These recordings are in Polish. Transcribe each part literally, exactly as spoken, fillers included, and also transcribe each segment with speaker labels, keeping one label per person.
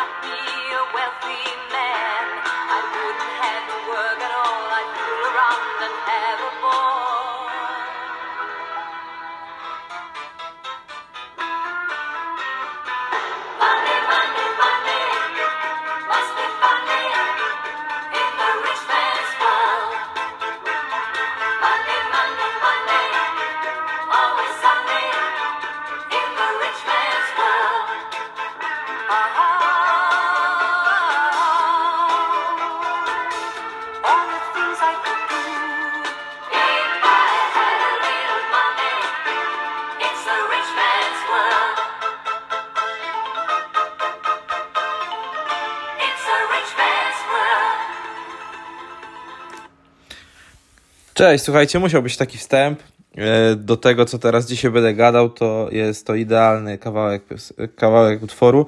Speaker 1: not be a wealthy man. I wouldn't have to work at all. I'd fool around and have a ball. Money, money, money, must be funny in the rich man's world. Money, money, money, always sunny in the rich man's world. Ah, all the things I could do if I had a little money. It's the rich man's world. It's a rich man's world.
Speaker 2: Cześć, słuchajcie, musiał być taki wstęp e, do tego, co teraz dzisiaj będę gadał. To jest to idealny kawałek, pios- kawałek utworu.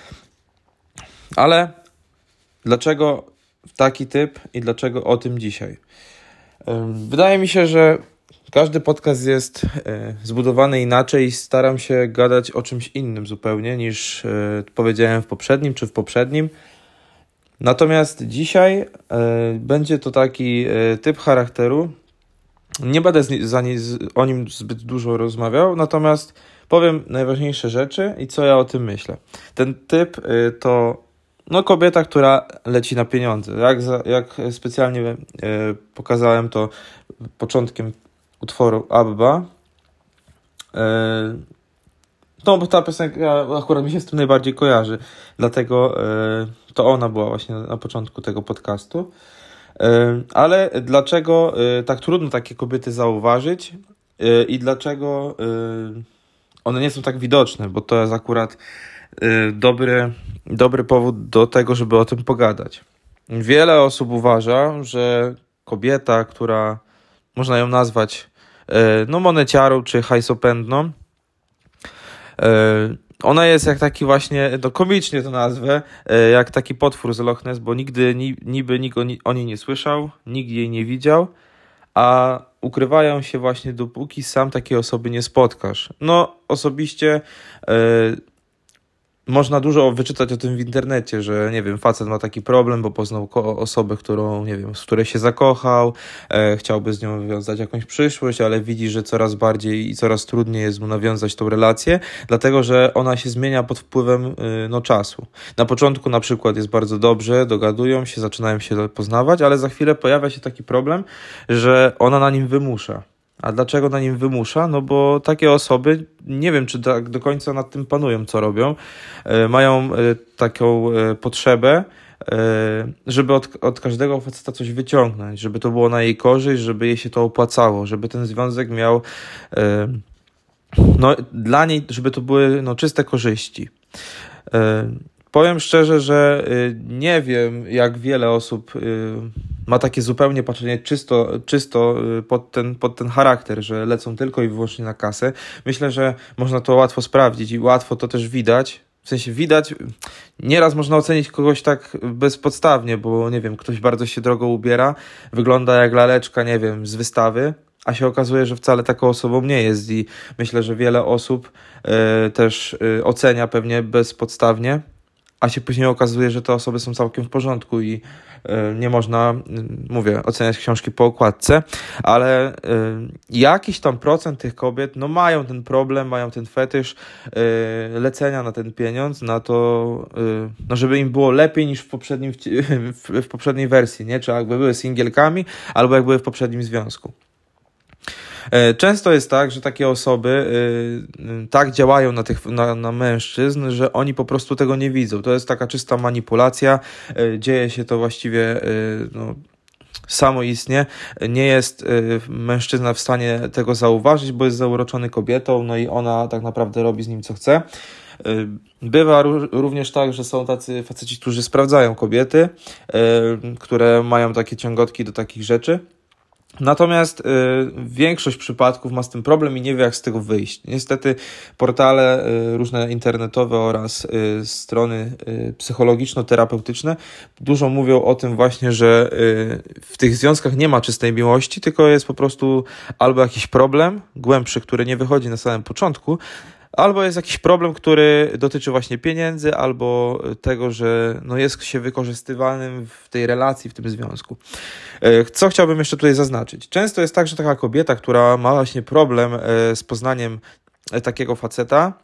Speaker 2: Ale dlaczego taki typ i dlaczego o tym dzisiaj? E, Wydaje mi się, że każdy podcast jest e, zbudowany inaczej i staram się gadać o czymś innym zupełnie niż e, powiedziałem w poprzednim czy w poprzednim. Natomiast dzisiaj e, będzie to taki e, typ charakteru. Nie będę z, za nie, z, o nim zbyt dużo rozmawiał, natomiast powiem najważniejsze rzeczy i co ja o tym myślę. Ten typ y, to no, kobieta, która leci na pieniądze. Jak, za, jak specjalnie y, pokazałem to początkiem utworu Abba. Y, no, bo ta piosenka akurat mi się z tym najbardziej kojarzy. Dlatego y, to ona była właśnie na, na początku tego podcastu. Ale dlaczego tak trudno takie kobiety zauważyć i dlaczego one nie są tak widoczne, bo to jest akurat dobry, dobry powód do tego, żeby o tym pogadać. Wiele osób uważa, że kobieta, która można ją nazwać no moneciarą czy hajsopędną, ona jest jak taki właśnie, no komicznie to nazwę, jak taki potwór z Loch Ness, bo nigdy ni, niby nikt o, o niej nie słyszał, nikt jej nie widział, a ukrywają się właśnie dopóki sam takiej osoby nie spotkasz. No osobiście e, można dużo wyczytać o tym w internecie, że nie wiem, facet ma taki problem, bo poznał ko- osobę, którą, nie wiem, z której się zakochał, e, chciałby z nią nawiązać jakąś przyszłość, ale widzi, że coraz bardziej i coraz trudniej jest mu nawiązać tą relację, dlatego, że ona się zmienia pod wpływem y, no, czasu. Na początku na przykład jest bardzo dobrze, dogadują się, zaczynają się poznawać, ale za chwilę pojawia się taki problem, że ona na nim wymusza. A dlaczego na nim wymusza? No bo takie osoby, nie wiem czy tak do końca nad tym panują, co robią, e, mają e, taką e, potrzebę, e, żeby od, od każdego faceta coś wyciągnąć, żeby to było na jej korzyść, żeby jej się to opłacało, żeby ten związek miał e, no dla niej, żeby to były no, czyste korzyści. E, Powiem szczerze, że y, nie wiem, jak wiele osób y, ma takie zupełnie patrzenie czysto, czysto y, pod, ten, pod ten charakter, że lecą tylko i wyłącznie na kasę. Myślę, że można to łatwo sprawdzić i łatwo to też widać. W sensie widać, nieraz można ocenić kogoś tak bezpodstawnie, bo nie wiem, ktoś bardzo się drogo ubiera, wygląda jak laleczka, nie wiem, z wystawy, a się okazuje, że wcale taką osobą nie jest i myślę, że wiele osób y, też y, ocenia pewnie bezpodstawnie, a się później okazuje, że te osoby są całkiem w porządku i y, nie można, y, mówię, oceniać książki po okładce, ale y, jakiś tam procent tych kobiet no mają ten problem, mają ten fetysz y, lecenia na ten pieniądz, na to, y, no żeby im było lepiej niż w, poprzednim, w, w poprzedniej wersji, nie? Czy jakby były singielkami, albo jak były w poprzednim związku. Często jest tak, że takie osoby y, tak działają na, tych, na, na mężczyzn, że oni po prostu tego nie widzą. To jest taka czysta manipulacja. Y, dzieje się to właściwie y, no, samoistnie. Nie jest y, mężczyzna w stanie tego zauważyć, bo jest zauroczony kobietą, no i ona tak naprawdę robi z nim co chce. Y, bywa ró- również tak, że są tacy faceci, którzy sprawdzają kobiety, y, które mają takie ciągotki do takich rzeczy. Natomiast y, większość przypadków ma z tym problem i nie wie, jak z tego wyjść. Niestety portale y, różne internetowe oraz y, strony y, psychologiczno-terapeutyczne dużo mówią o tym właśnie, że y, w tych związkach nie ma czystej miłości, tylko jest po prostu albo jakiś problem głębszy, który nie wychodzi na samym początku, albo jest jakiś problem, który dotyczy właśnie pieniędzy, albo tego, że no jest się wykorzystywanym w tej relacji, w tym związku. Co chciałbym jeszcze tutaj zaznaczyć? Często jest tak, że taka kobieta, która ma właśnie problem z poznaniem takiego faceta,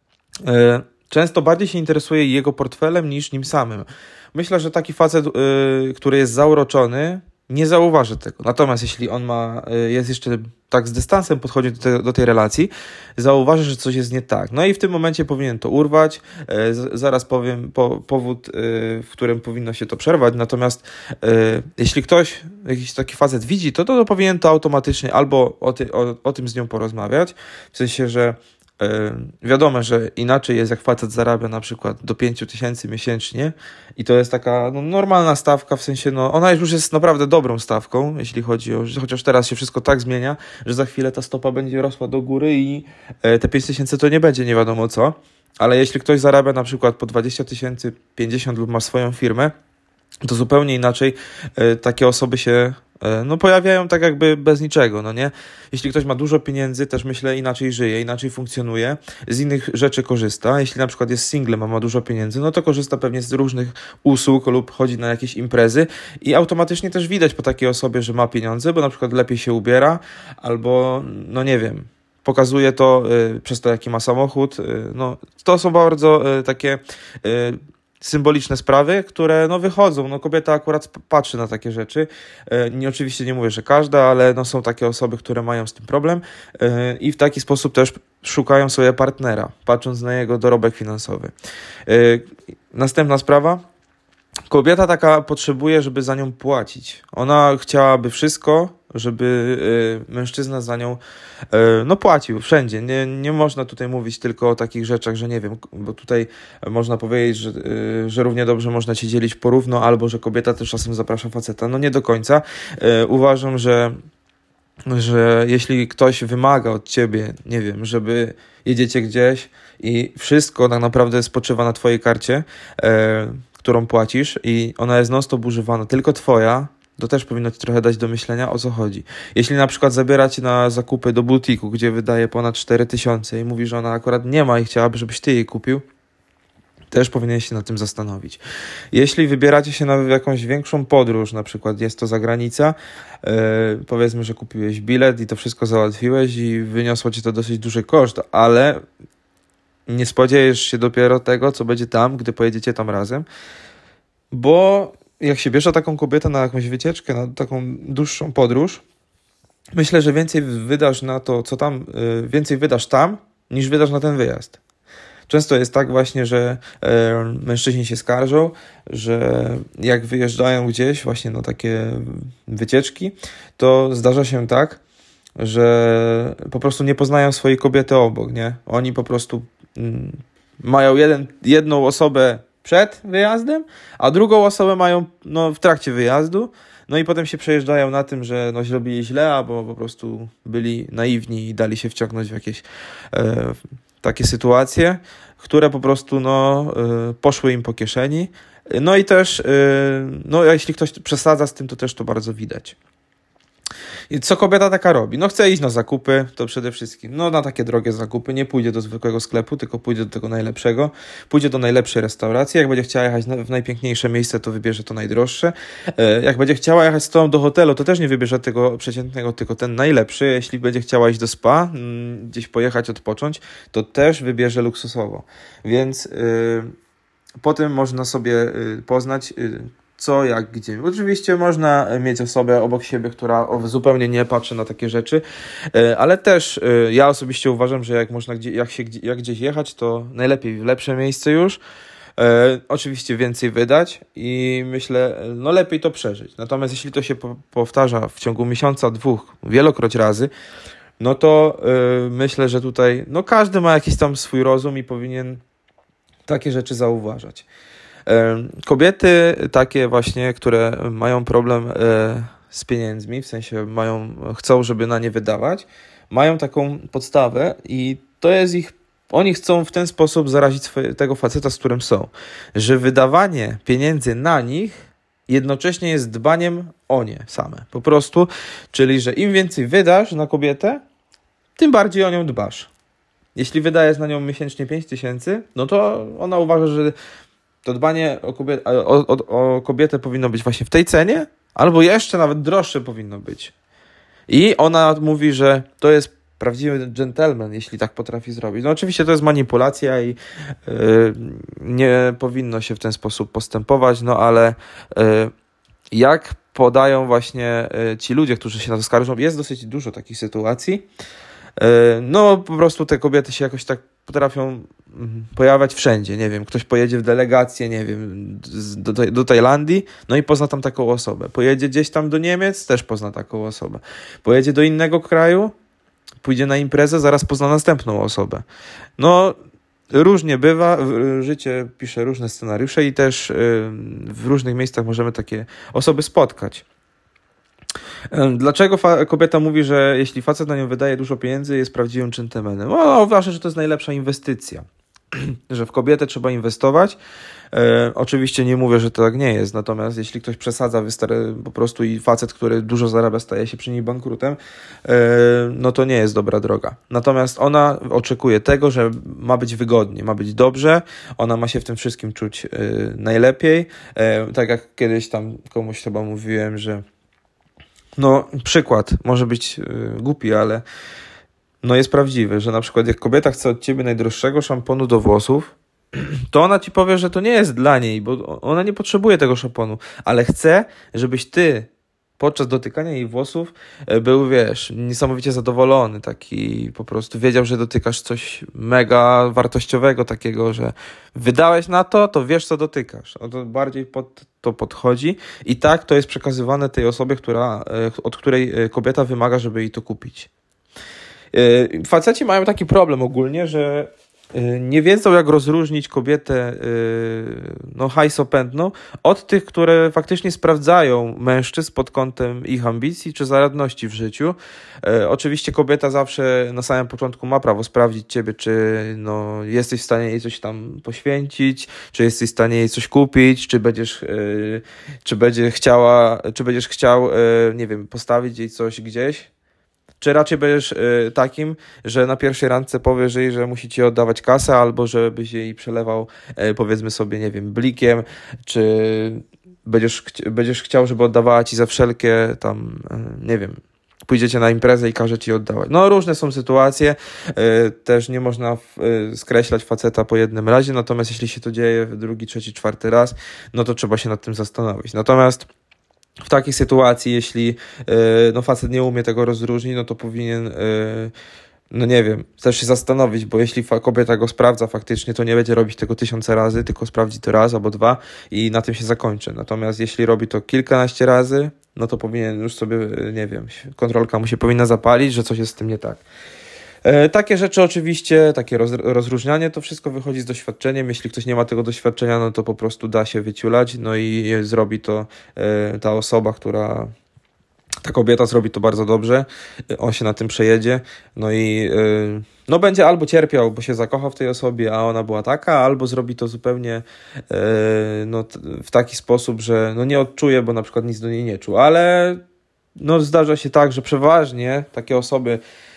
Speaker 2: często bardziej się interesuje jego portfelem niż nim samym. Myślę, że taki facet, który jest zauroczony, nie zauważy tego. Natomiast jeśli on ma, jest jeszcze tak z dystansem podchodzi do, te, do tej relacji, zauważy, że coś jest nie tak. No i w tym momencie powinien to urwać. Z, zaraz powiem po, powód, w którym powinno się to przerwać. Natomiast jeśli ktoś, jakiś taki facet widzi to, to, to powinien to automatycznie albo o, ty, o, o tym z nią porozmawiać. W sensie, że wiadomo, że inaczej jest, jak facet zarabia na przykład do pięciu tysięcy miesięcznie i to jest taka no, normalna stawka, w sensie, no ona już jest naprawdę dobrą stawką, jeśli chodzi o, chociaż teraz się wszystko tak zmienia, że za chwilę ta stopa będzie rosła do góry i te pięć tysięcy to nie będzie nie wiadomo co, ale jeśli ktoś zarabia na przykład po dwadzieścia tysięcy, pięćdziesiąt lub ma swoją firmę, to zupełnie inaczej takie osoby się no pojawiają tak jakby bez niczego, no nie? Jeśli ktoś ma dużo pieniędzy, też myślę inaczej żyje, inaczej funkcjonuje, z innych rzeczy korzysta. Jeśli na przykład jest singlem, a ma dużo pieniędzy, no to korzysta pewnie z różnych usług lub chodzi na jakieś imprezy i automatycznie też widać po takiej osobie, że ma pieniądze, bo na przykład lepiej się ubiera albo, no nie wiem, pokazuje to y, przez to, jaki ma samochód. Y, no, to są bardzo y, takie... Y, symboliczne sprawy, które no wychodzą. No kobieta akurat patrzy na takie rzeczy. Nie, oczywiście nie mówię, że każda, ale no są takie osoby, które mają z tym problem yy, i w taki sposób też szukają sobie partnera, patrząc na jego dorobek finansowy. Yy, następna sprawa. Kobieta taka potrzebuje, żeby za nią płacić. Ona chciałaby wszystko, żeby y, mężczyzna za nią y, no płacił wszędzie. Nie, nie można tutaj mówić tylko o takich rzeczach, że nie wiem, bo tutaj można powiedzieć, że, y, że równie dobrze można się dzielić porówno, albo że kobieta też czasem zaprasza faceta. No nie do końca. Y, uważam, że że jeśli ktoś wymaga od ciebie, nie wiem, żeby jedziecie gdzieś i wszystko tak naprawdę spoczywa na twojej karcie, y, którą płacisz i ona jest non-stop używana, tylko twoja, to też powinno ci trochę dać do myślenia, o co chodzi. Jeśli na przykład zabiera cię na zakupy do butiku, gdzie wydaje ponad cztery tysiące i mówi, że ona akurat nie ma i chciałaby, żebyś ty jej kupił, też powinien się nad tym zastanowić. Jeśli wybieracie się na jakąś większą podróż, na przykład jest to zagranica, yy, powiedzmy, że kupiłeś bilet i to wszystko załatwiłeś i wyniosło ci to dosyć duży koszt, ale nie spodziejesz się dopiero tego, co będzie tam, gdy pojedziecie tam razem, bo jak się bierze taką kobietę na jakąś wycieczkę, na taką dłuższą podróż, myślę, że więcej wydasz na to, co tam, yy, więcej wydasz tam, niż wydasz na ten wyjazd. Często jest tak właśnie, że e, mężczyźni się skarżą, że jak wyjeżdżają gdzieś właśnie na takie wycieczki, to zdarza się tak, że po prostu nie poznają swojej kobiety obok, nie? Oni po prostu mm, mają jeden, jedną osobę przed wyjazdem, a drugą osobę mają no, w trakcie wyjazdu, no i potem się przejeżdżają na tym, że no, zrobili źle, albo po prostu byli naiwni i dali się wciągnąć w jakieś e, takie sytuacje, które po prostu no, y, poszły im po kieszeni. No i też, y, no jeśli ktoś przesadza z tym, to też to bardzo widać. I co kobieta taka robi? No chce iść na zakupy, to przede wszystkim, no na takie drogie zakupy, nie pójdzie do zwykłego sklepu, tylko pójdzie do tego najlepszego, pójdzie do najlepszej restauracji, jak będzie chciała jechać w najpiękniejsze miejsce, to wybierze to najdroższe, jak będzie chciała jechać z tobą do hotelu, to też nie wybierze tego przeciętnego, tylko ten najlepszy, jeśli będzie chciała iść do spa, gdzieś pojechać, odpocząć, to też wybierze luksusowo, więc yy, potem można sobie yy, poznać, yy, co, jak, gdzie. Oczywiście można mieć osobę obok siebie, która zupełnie nie patrzy na takie rzeczy, ale też ja osobiście uważam, że jak można gdzie, jak się jak gdzieś jechać, to najlepiej w lepsze miejsce już. E, oczywiście więcej wydać i myślę, no lepiej to przeżyć. Natomiast jeśli to się po, powtarza w ciągu miesiąca, dwóch, wielokroć razy, no to e, myślę, że tutaj no każdy ma jakiś tam swój rozum i powinien takie rzeczy zauważać. Kobiety takie właśnie, które mają problem z pieniędzmi, w sensie mają, chcą, żeby na nie wydawać, mają taką podstawę i to jest ich, oni chcą w ten sposób zarazić swoje, tego faceta, z którym są, że wydawanie pieniędzy na nich jednocześnie jest dbaniem o nie same, po prostu, czyli, że im więcej wydasz na kobietę, tym bardziej o nią dbasz. Jeśli wydajesz na nią miesięcznie pięć tysięcy, no to ona uważa, że to dbanie o kobietę, o, o, o kobietę powinno być właśnie w tej cenie, albo jeszcze nawet droższe powinno być. I ona mówi, że to jest prawdziwy dżentelmen, jeśli tak potrafi zrobić. No oczywiście to jest manipulacja i yy, nie powinno się w ten sposób postępować, no ale yy, jak podają właśnie yy, ci ludzie, którzy się na to skarżą, jest dosyć dużo takich sytuacji. Yy, no po prostu te kobiety się jakoś tak potrafią pojawiać wszędzie, nie wiem, ktoś pojedzie w delegację, nie wiem, do, do Tajlandii, no i pozna tam taką osobę. Pojedzie gdzieś tam do Niemiec, też pozna taką osobę. Pojedzie do innego kraju, pójdzie na imprezę, zaraz pozna następną osobę. No, różnie bywa, życie pisze różne scenariusze i też w różnych miejscach możemy takie osoby spotkać. Dlaczego fa- kobieta mówi, że jeśli facet na nią wydaje dużo pieniędzy, jest prawdziwym dżentelmenem? No, uważa, że to jest najlepsza inwestycja. Że w kobietę trzeba inwestować. E, oczywiście nie mówię, że to tak nie jest, natomiast jeśli ktoś przesadza wystar- po prostu i facet, który dużo zarabia, staje się przy niej bankrutem, e, no to nie jest dobra droga. Natomiast ona oczekuje tego, że ma być wygodnie, ma być dobrze, ona ma się w tym wszystkim czuć e, najlepiej. E, tak jak kiedyś tam komuś chyba mówiłem, że no przykład, może być e, głupi, ale no jest prawdziwy, że na przykład jak kobieta chce od ciebie najdroższego szamponu do włosów, to ona ci powie, że to nie jest dla niej, bo ona nie potrzebuje tego szamponu, ale chce, żebyś ty podczas dotykania jej włosów był, wiesz, niesamowicie zadowolony, taki po prostu wiedział, że dotykasz coś mega wartościowego, takiego, że wydałeś na to, to wiesz, co dotykasz. O to bardziej pod to podchodzi i tak to jest przekazywane tej osobie, która, od której kobieta wymaga, żeby jej to kupić. Faceci mają taki problem ogólnie, że nie wiedzą, jak rozróżnić kobietę no, hajsopędną od tych, które faktycznie sprawdzają mężczyzn pod kątem ich ambicji czy zaradności w życiu. E, oczywiście kobieta zawsze na samym początku ma prawo sprawdzić ciebie, czy no, jesteś w stanie jej coś tam poświęcić, czy jesteś w stanie jej coś kupić, czy będziesz, e, czy będzie chciała, czy będziesz chciał, e, nie wiem, postawić jej coś gdzieś. Czy raczej będziesz y, takim, że na pierwszej randce powiesz jej, że musi ci oddawać kasę, albo żebyś jej przelewał, y, powiedzmy sobie, nie wiem, blikiem, czy będziesz, chci- będziesz chciał, żeby oddawała ci za wszelkie tam, y, nie wiem, pójdziecie na imprezę i każe ci oddawać. No różne są sytuacje, y, też nie można y, skreślać faceta po jednym razie, natomiast jeśli się to dzieje drugi, trzeci, czwarty raz, no to trzeba się nad tym zastanowić. Natomiast w takiej sytuacji, jeśli yy, no facet nie umie tego rozróżnić, no to powinien, yy, no nie wiem, też się zastanowić, bo jeśli fa- kobieta go sprawdza faktycznie, to nie będzie robić tego tysiące razy, tylko sprawdzi to raz albo dwa i na tym się zakończy. Natomiast jeśli robi to kilkanaście razy, no to powinien już sobie, yy, nie wiem, kontrolka mu się powinna zapalić, że coś jest z tym nie tak. E, takie rzeczy oczywiście, takie roz, rozróżnianie, to wszystko wychodzi z doświadczeniem. Jeśli ktoś nie ma tego doświadczenia, no to po prostu da się wyciulać, no i zrobi to e, ta osoba, która, ta kobieta zrobi to bardzo dobrze, e, on się na tym przejedzie, no i e, no będzie albo cierpiał, bo się zakocha w tej osobie, a ona była taka, albo zrobi to zupełnie e, no, t- w taki sposób, że no nie odczuje, bo na przykład nic do niej nie czuł, ale no zdarza się tak, że przeważnie takie osoby,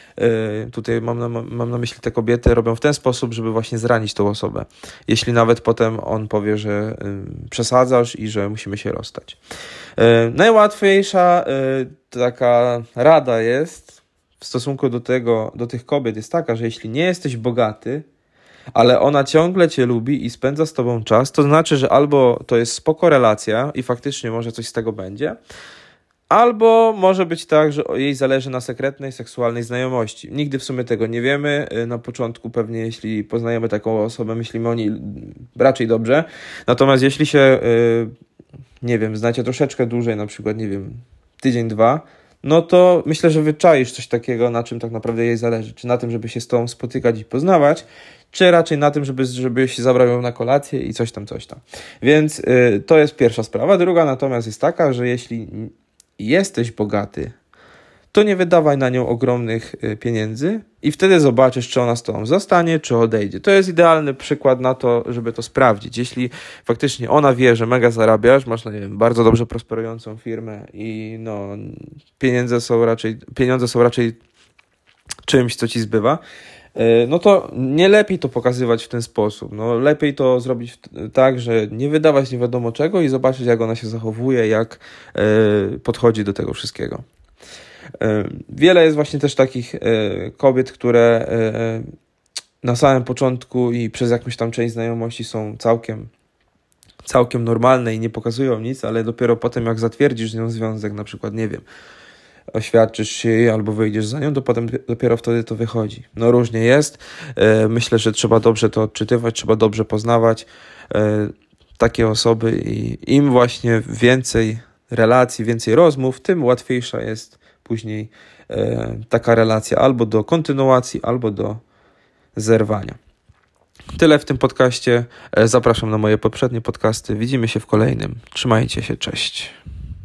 Speaker 2: tutaj mam na, mam na myśli te kobiety, robią w ten sposób, żeby właśnie zranić tą osobę. Jeśli nawet potem on powie, że y, przesadzasz i że musimy się rozstać. Y, najłatwiejsza y, taka rada jest w stosunku do tego, do tych kobiet jest taka, że jeśli nie jesteś bogaty, ale ona ciągle cię lubi i spędza z tobą czas, to znaczy, że albo to jest spoko relacja i faktycznie może coś z tego będzie, albo może być tak, że jej zależy na sekretnej, seksualnej znajomości. Nigdy w sumie tego nie wiemy. Na początku pewnie, jeśli poznajemy taką osobę, myślimy o niej raczej dobrze. Natomiast jeśli się, nie wiem, znacie troszeczkę dłużej, na przykład, nie wiem, tydzień, dwa, no to myślę, że wyczaisz coś takiego, na czym tak naprawdę jej zależy. Czy na tym, żeby się z tobą spotykać i poznawać, czy raczej na tym, żeby, żeby się zabrał ją na kolację i coś tam, coś tam. Więc y, to jest pierwsza sprawa. Druga natomiast jest taka, że jeśli jesteś bogaty, to nie wydawaj na nią ogromnych pieniędzy i wtedy zobaczysz, czy ona z tobą zostanie, czy odejdzie. To jest idealny przykład na to, żeby to sprawdzić. Jeśli faktycznie ona wie, że mega zarabiasz, masz, no nie wiem, bardzo dobrze prosperującą firmę i no, pieniądze są raczej, pieniądze są raczej czymś, co ci zbywa, no to nie lepiej to pokazywać w ten sposób. No, lepiej to zrobić w, tak, że nie wydawać nie wiadomo czego i zobaczyć, jak ona się zachowuje, jak y, podchodzi do tego wszystkiego. Y, wiele jest właśnie też takich y, kobiet, które y, na samym początku i przez jakąś tam część znajomości są całkiem całkiem normalne i nie pokazują nic, ale dopiero potem, jak zatwierdzisz z nią związek, na przykład, nie wiem, oświadczysz się jej albo wyjdziesz za nią, to potem dopiero wtedy to wychodzi. No różnie jest. Myślę, że trzeba dobrze to odczytywać, trzeba dobrze poznawać takie osoby i im właśnie więcej relacji, więcej rozmów, tym łatwiejsza jest później taka relacja albo do kontynuacji, albo do zerwania. Tyle w tym podcaście. Zapraszam na moje poprzednie podcasty. Widzimy się w kolejnym. Trzymajcie się, cześć.